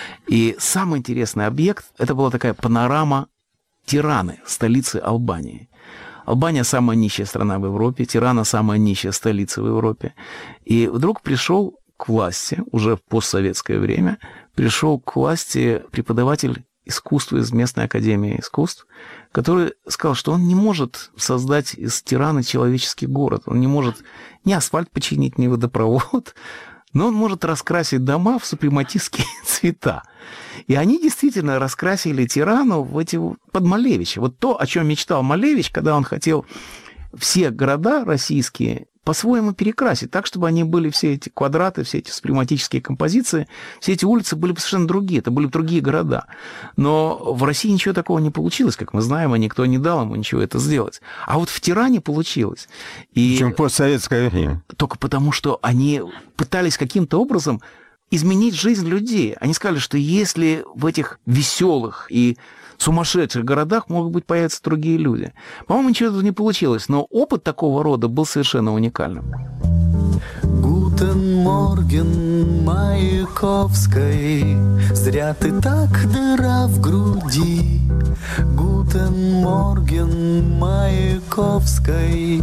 И самый интересный объект – это была такая панорама Тираны, столицы Албании. Албания – самая нищая страна в Европе, Тирана – самая нищая столица в Европе. И вдруг пришел к власти, уже в постсоветское время, пришел к власти преподаватель искусства из местной академии искусств, который сказал, что он не может создать из Тираны человеческий город, он не может ни асфальт починить, ни водопровод, но он может раскрасить дома в супрематистские цвета. И они действительно раскрасили Тирану в эти под Малевича. Вот то, о чем мечтал Малевич, когда он хотел все города российские по-своему перекрасить, так, чтобы они были, все эти квадраты, все эти схематические композиции, все эти улицы были бы совершенно другие, это были бы другие города. Но в России ничего такого не получилось, как мы знаем, и никто не дал ему ничего это сделать. А вот в Тиране получилось. И причем постсоветское время. Только потому, что они пытались каким-то образом изменить жизнь людей. Они сказали, что если в этих веселых и сумасшедших городах могут быть появятся другие люди. По-моему, ничего этого не получилось, но опыт такого рода был совершенно уникальным. Гутен Морген, Маяковской, зря ты так, дыра в груди. Гутен Морген, Маяковской,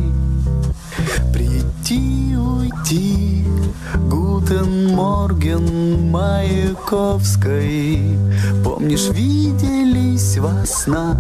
прийти, уйти. Гутен Морген, Маяковской, помнишь, виделись во снах.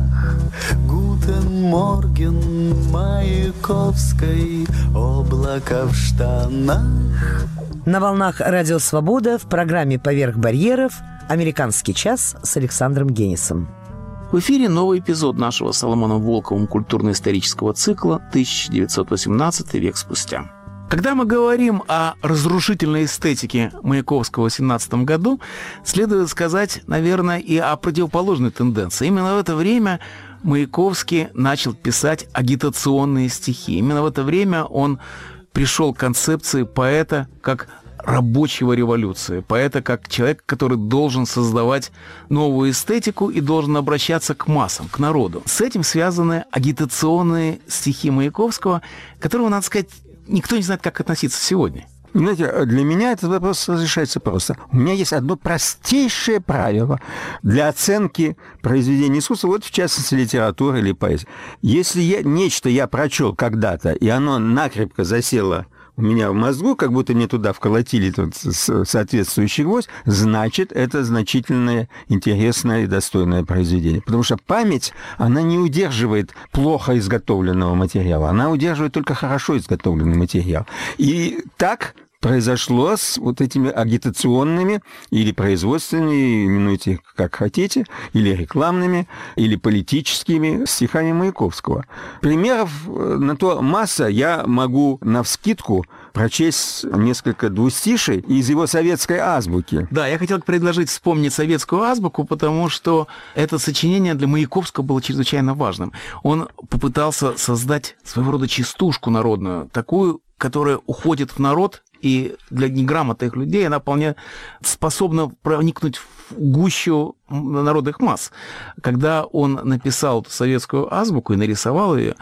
Гутен Морген, Маяковской, облако в штанах. На волнах «Радио Свобода» в программе «Поверх барьеров» «Американский час» с Александром Генисом. В эфире новый эпизод нашего Соломоном Волковым культурно-исторического цикла «тысяча девятьсот восемнадцатый век спустя». Когда мы говорим о разрушительной эстетике Маяковского в семнадцатом году, следует сказать, наверное, и о противоположной тенденции. Именно в это время Маяковский начал писать агитационные стихи. Именно в это время он пришел к концепции поэта как рабочего революции, поэта как человек, который должен создавать новую эстетику и должен обращаться к массам, к народу. С этим связаны агитационные стихи Маяковского, которого, надо сказать, никто не знает, как относиться сегодня. Знаете, для меня этот вопрос разрешается просто. У меня есть одно простейшее правило для оценки произведения искусства, вот в частности литературы или поэзии. Если я, нечто я прочел когда-то, и оно накрепко засело у меня в мозгу, как будто мне туда вколотили тот соответствующий гвоздь, значит, это значительное, интересное и достойное произведение. Потому что память, она не удерживает плохо изготовленного материала, она удерживает только хорошо изготовленный материал. И так произошло с вот этими агитационными или производственными, именуйте их как хотите, или рекламными, или политическими стихами Маяковского. Примеров на то масса. Я могу навскидку прочесть несколько двустишей из его советской азбуки. Да, я хотел предложить вспомнить советскую азбуку, потому что это сочинение для Маяковского было чрезвычайно важным. Он попытался создать своего рода частушку народную, такую, которая уходит в народ и для неграмотных людей она вполне способна проникнуть в гущу народных масс. Когда он написал советскую азбуку и нарисовал ее,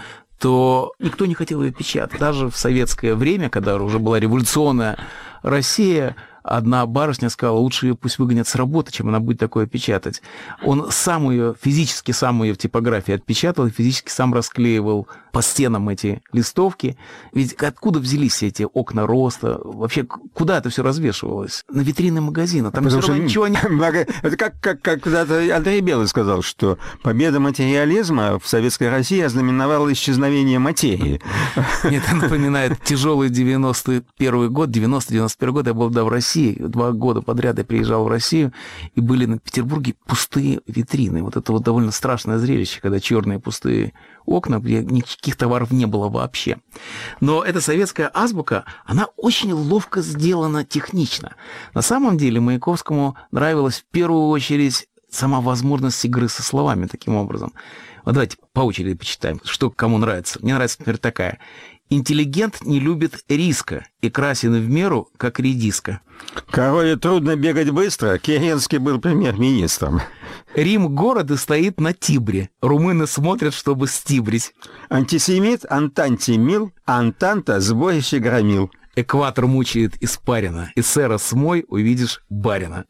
то никто не хотел ее печатать. Даже в советское время, когда уже была революционная Россия, одна барышня сказала, лучше ее пусть выгонят с работы, чем она будет такое печатать. Он сам ее, физически сам ее в типографии отпечатал, и физически сам расклеивал по стенам эти листовки. Ведь откуда взялись эти окна роста? Вообще, куда это все развешивалось? На витрины магазина. Там Потому все равно ничего не... Это как, как, как когда-то Андрей Белый сказал, что победа материализма в Советской России ознаменовала исчезновение материи. Мне это напоминает тяжелый девяносто первый год, девяносто-девяносто первый год я был да, в России. Два года подряд я приезжал в Россию, и были на Петербурге пустые витрины. Вот это вот довольно страшное зрелище, когда черные пустые окна, где никаких товаров не было вообще. Но эта советская азбука, она очень ловко сделана технично. На самом деле Маяковскому нравилась в первую очередь сама возможность игры со словами таким образом. Вот давайте по очереди почитаем, что кому нравится. Мне нравится, например, такая. Интеллигент не любит риска и красен в меру, как редиска. Корове трудно бегать быстро. Керенский был премьер-министром. Рим города стоит на Тибре. Румыны смотрят, чтобы стибрить. Антисемит Антанти мил, Антанта сборище громил. Экватор мучает испарина. И сэра смой увидишь барина.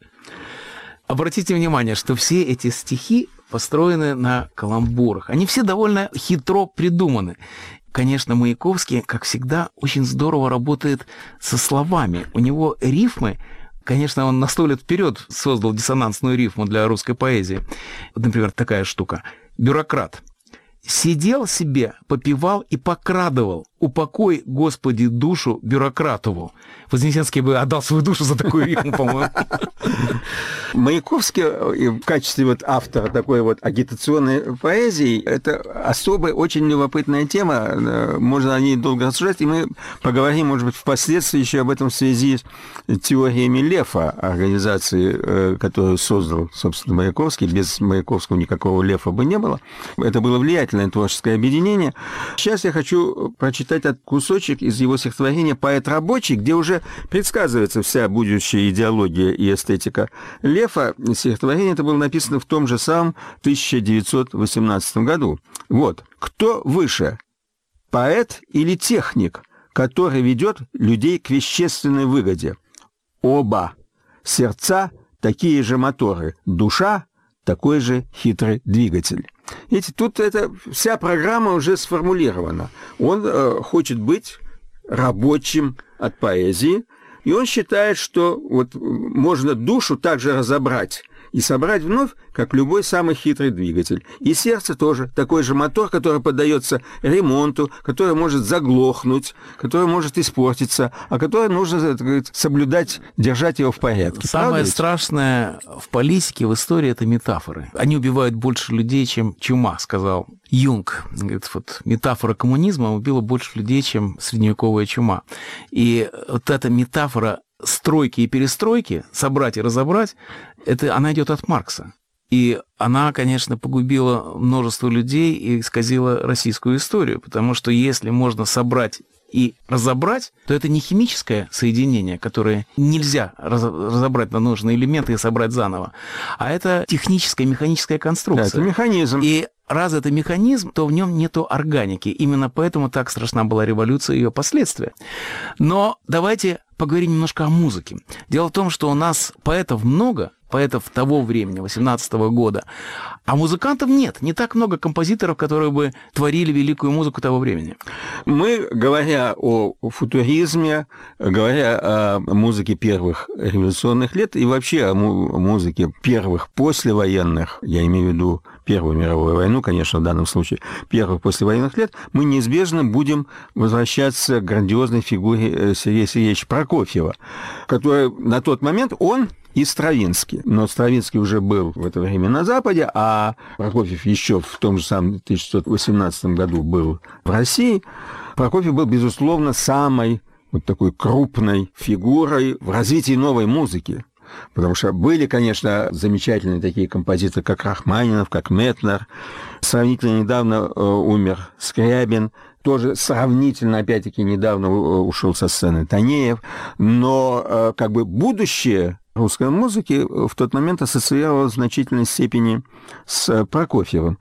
Обратите внимание, что все эти стихи построены на каламбурах. Они все довольно хитро придуманы. Конечно, Маяковский, как всегда, очень здорово работает со словами. У него рифмы, конечно, он на сто лет вперед создал диссонансную рифму для русской поэзии. Вот, например, такая штука. Бюрократ. Сидел себе, попивал и покрадывал. Упокой, Господи, душу бюрократову. Вознесенский бы отдал свою душу за такую рифму, по-моему. Маяковский в качестве вот автора такой вот агитационной поэзии, это особая, очень любопытная тема. Можно о ней долго рассуждать, и мы поговорим, может быть, впоследствии еще об этом в связи с теориями Лефа, организации, которую создал, собственно, Маяковский. Без Маяковского никакого Лефа бы не было. Это было влиятельное творческое объединение. Сейчас я хочу прочитать этот кусочек из его стихотворения «Поэт рабочий», где уже предсказывается вся будущая идеология и эстетика Лефа. Стихотворение это было написано в том же самом тысяча девятьсот восемнадцатом году. Вот. «Кто выше, поэт или техник, который ведет людей к вещественной выгоде? Оба. Сердца – такие же моторы, душа – такой же хитрый двигатель». Видите, тут эта вся программа уже сформулирована. Он э, хочет быть рабочим от поэзии, и он считает, что вот можно душу также разобрать и собрать вновь, как любой самый хитрый двигатель. И сердце тоже такой же мотор, который поддается ремонту, который может заглохнуть, который может испортиться, а который нужно, так сказать, соблюдать, держать его в порядке. Самое Правда страшное в политике, в истории – это метафоры. Они убивают больше людей, чем чума, сказал Юнг. Говорит, вот метафора коммунизма убила больше людей, чем средневековая чума. И вот эта метафора стройки и перестройки, собрать и разобрать, это, она идет от Маркса. И она, конечно, погубила множество людей и исказила российскую историю, потому что если можно собрать и разобрать, то это не химическое соединение, которое нельзя разобрать на нужные элементы и собрать заново, а это техническая, механическая конструкция. Да, это механизм. И раз это механизм, то в нем нету органики. Именно поэтому так страшна была революция и ее последствия. Но давайте поговорим немножко о музыке. Дело в том, что у нас поэтов много, поэтов того времени, восемнадцатого года, а музыкантов нет. Не так много композиторов, которые бы творили великую музыку того времени. Мы, говоря о футуризме, говоря о музыке первых революционных лет и вообще о музыке первых послевоенных, я имею в виду Первую мировую войну, конечно, в данном случае, первых послевоенных лет, мы неизбежно будем возвращаться к грандиозной фигуре Сергея Сергеевича Прокофьева, который на тот момент, он и Стравинский. Но Стравинский уже был в это время на Западе, а Прокофьев еще в том же самом тысяча девятьсот восемнадцатом году был в России. Прокофьев был, безусловно, самой вот такой крупной фигурой в развитии новой музыки. Потому что были, конечно, замечательные такие композиторы, как Рахманинов, как Метнер. Сравнительно недавно умер Скрябин, тоже сравнительно, опять-таки, недавно ушел со сцены Танеев, но как бы будущее русской музыки в тот момент ассоциировалось в значительной степени с Прокофьевым.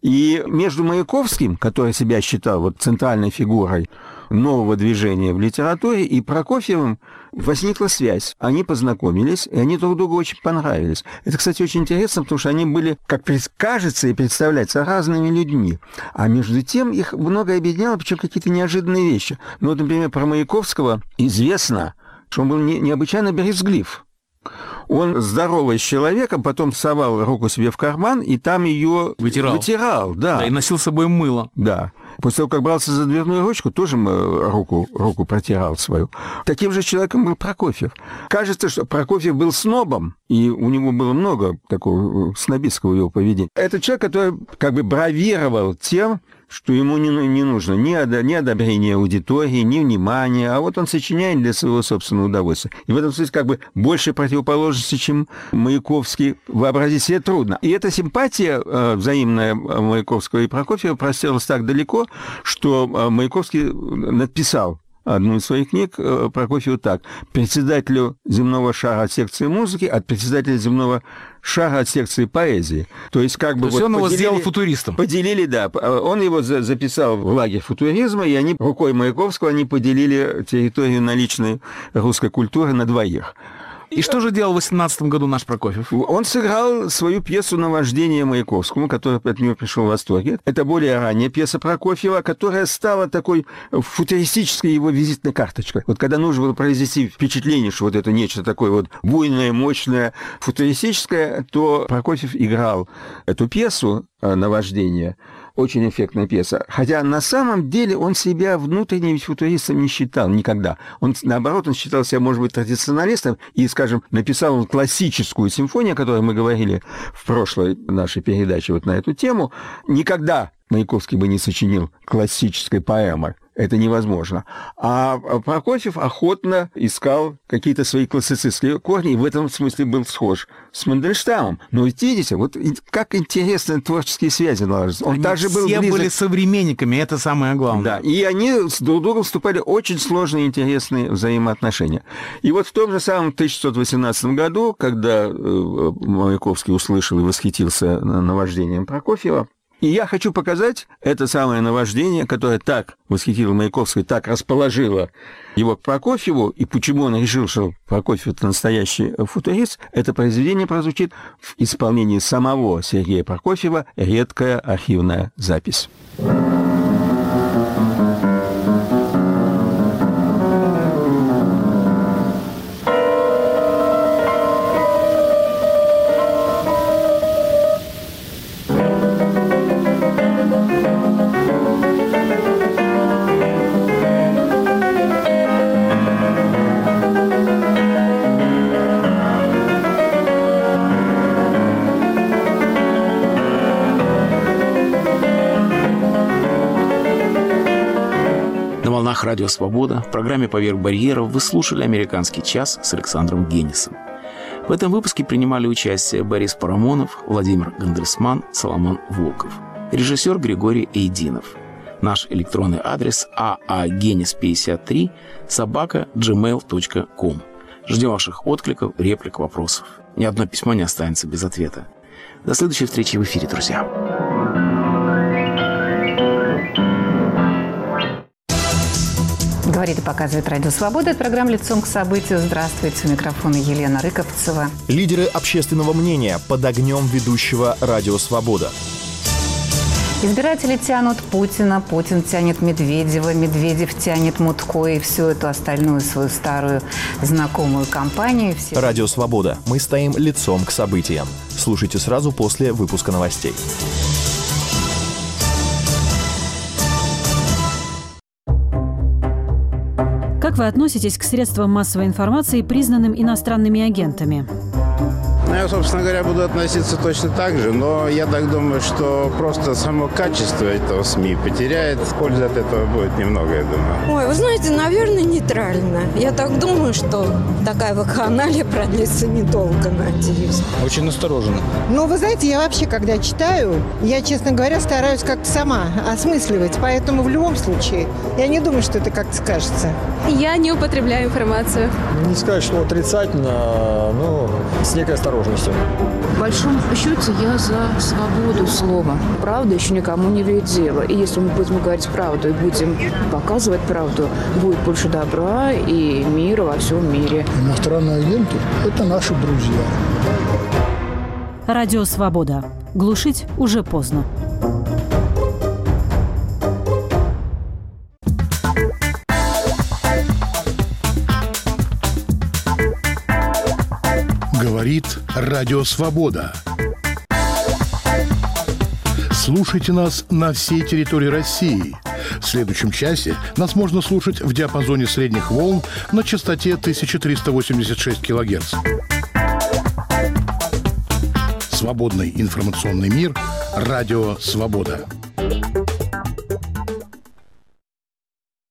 И между Маяковским, который себя считал вот центральной фигурой нового движения в литературе, и Прокофьевым возникла связь. Они познакомились, и они друг другу очень понравились. Это, кстати, очень интересно, потому что они были, как кажется и представляется, разными людьми. А между тем их многое объединяло, причем какие-то неожиданные вещи. Ну, вот, например, про Маяковского известно, что он был не, необычайно брезглив. Он, здоровый с человеком, потом совал руку себе в карман, и там ее вытирал. Вытирал, да. Да, и носил с собой мыло. Да. После того, как брался за дверную ручку, тоже руку, руку протирал свою. Таким же человеком был Прокофьев. Кажется, что Прокофьев был снобом, и у него было много такого снобистского его поведения. Это человек, который как бы бравировал тем, что ему не, не нужно ни, одо, ни одобрение аудитории, ни внимания, а вот он сочиняет для своего собственного удовольствия. И в этом смысле как бы больше противоположности, чем Маяковский, вообразить себе трудно. И эта симпатия э, взаимная Маяковского и Прокофьева простерлась так далеко, что э, Маяковский написал одну из своих книг Прокофьеву так: председателю земного шара от секции музыки, от председателя земного шара от секции поэзии. То есть как бы... То есть вот он его поделили, сделал футуристом. Поделили, да. Он его за, записал в лагерь футуризма, и они рукой Маяковского они поделили территорию наличной русской культуры на двоих. И что же делал в восемнадцатом году наш Прокофьев? Он сыграл свою пьесу «Наваждение» Маяковскому, который от нее пришел в восторге. Это более ранняя пьеса Прокофьева, которая стала такой футуристической его визитной карточкой. Вот когда нужно было произвести впечатление, что вот это нечто такое вот буйное, мощное, футуристическое, то Прокофьев играл эту пьесу «Наваждение». Очень эффектная пьеса. Хотя на самом деле он себя внутренним футуристом не считал никогда. Он, наоборот, он считал себя, может быть, традиционалистом. И, скажем, написал он классическую симфонию, о которой мы говорили в прошлой нашей передаче вот на эту тему. Никогда Маяковский бы не сочинил классической поэмы. Это невозможно. А Прокофьев охотно искал какие-то свои классицистские корни, и в этом смысле был схож с Мандельштамом. Но ведь видите, вот как интересные творческие связи наложились. Он они также был все близок... были современниками, это самое главное. Да, и они друг с другом вступали в очень сложные, интересные взаимоотношения. И вот в том же самом тысяча девятьсот восемнадцатом году, когда Маяковский услышал и восхитился наваждением Прокофьева, и я хочу показать это самое наваждение, которое так восхитило Маяковского, так расположило его к Прокофьеву, и почему он решил, что Прокофьев – это настоящий футурист. Это произведение прозвучит в исполнении самого Сергея Прокофьева, редкая архивная запись. Радио «Свобода». В программе «Поверх барьеров» вы слушали «Американский час» с Александром Генисом. В этом выпуске принимали участие Борис Парамонов, Владимир Гандельсман, Соломон Волков. Режиссер Григорий Эйдинов. Наш электронный адрес а а генис пятьдесят три собака джи мейл точка ком. Ждем ваших откликов, реплик, вопросов. Ни одно письмо не останется без ответа. До следующей встречи в эфире, друзья. Говорит и показывает Радио Свобода. Это программа «Лицом к событию». Здравствуйте. У микрофона Елена Рыковцева. Лидеры общественного мнения под огнем ведущего Радио Свобода. Избиратели тянут Путина, Путин тянет Медведева, Медведев тянет Мутко и всю эту остальную свою старую знакомую компанию. Все... Радио Свобода. Мы стоим лицом к событиям. Слушайте сразу после выпуска новостей. Как вы относитесь к средствам массовой информации, признанным иностранными агентами? Ну, я, собственно говоря, буду относиться точно так же, но я так думаю, что просто само качество этого СМИ потеряет. Пользы от этого будет немного, я думаю. Ой, вы знаете, наверное, нейтрально. Я так думаю, что такая вакханалия продлится недолго, надеюсь. Очень настороженно. Ну, вы знаете, я вообще, когда читаю, я, честно говоря, стараюсь как-то сама осмысливать. Поэтому в любом случае, я не думаю, что это как-то скажется. Я не употребляю информацию. Не сказать, что отрицательно, но с некой осторожностью. В большом счете я за свободу слова. Правда еще никому не имеет дела. И если мы будем говорить правду и будем показывать правду, будет больше добра и мира во всем мире. Иностранные агенты – это наши друзья. Радио «Свобода». Глушить уже поздно. Говорит Радио Свобода. Слушайте нас на всей территории России. В следующем часе нас можно слушать в диапазоне средних волн на частоте тысяча триста восемьдесят шесть килогерц. Свободный информационный мир. Радио Свобода.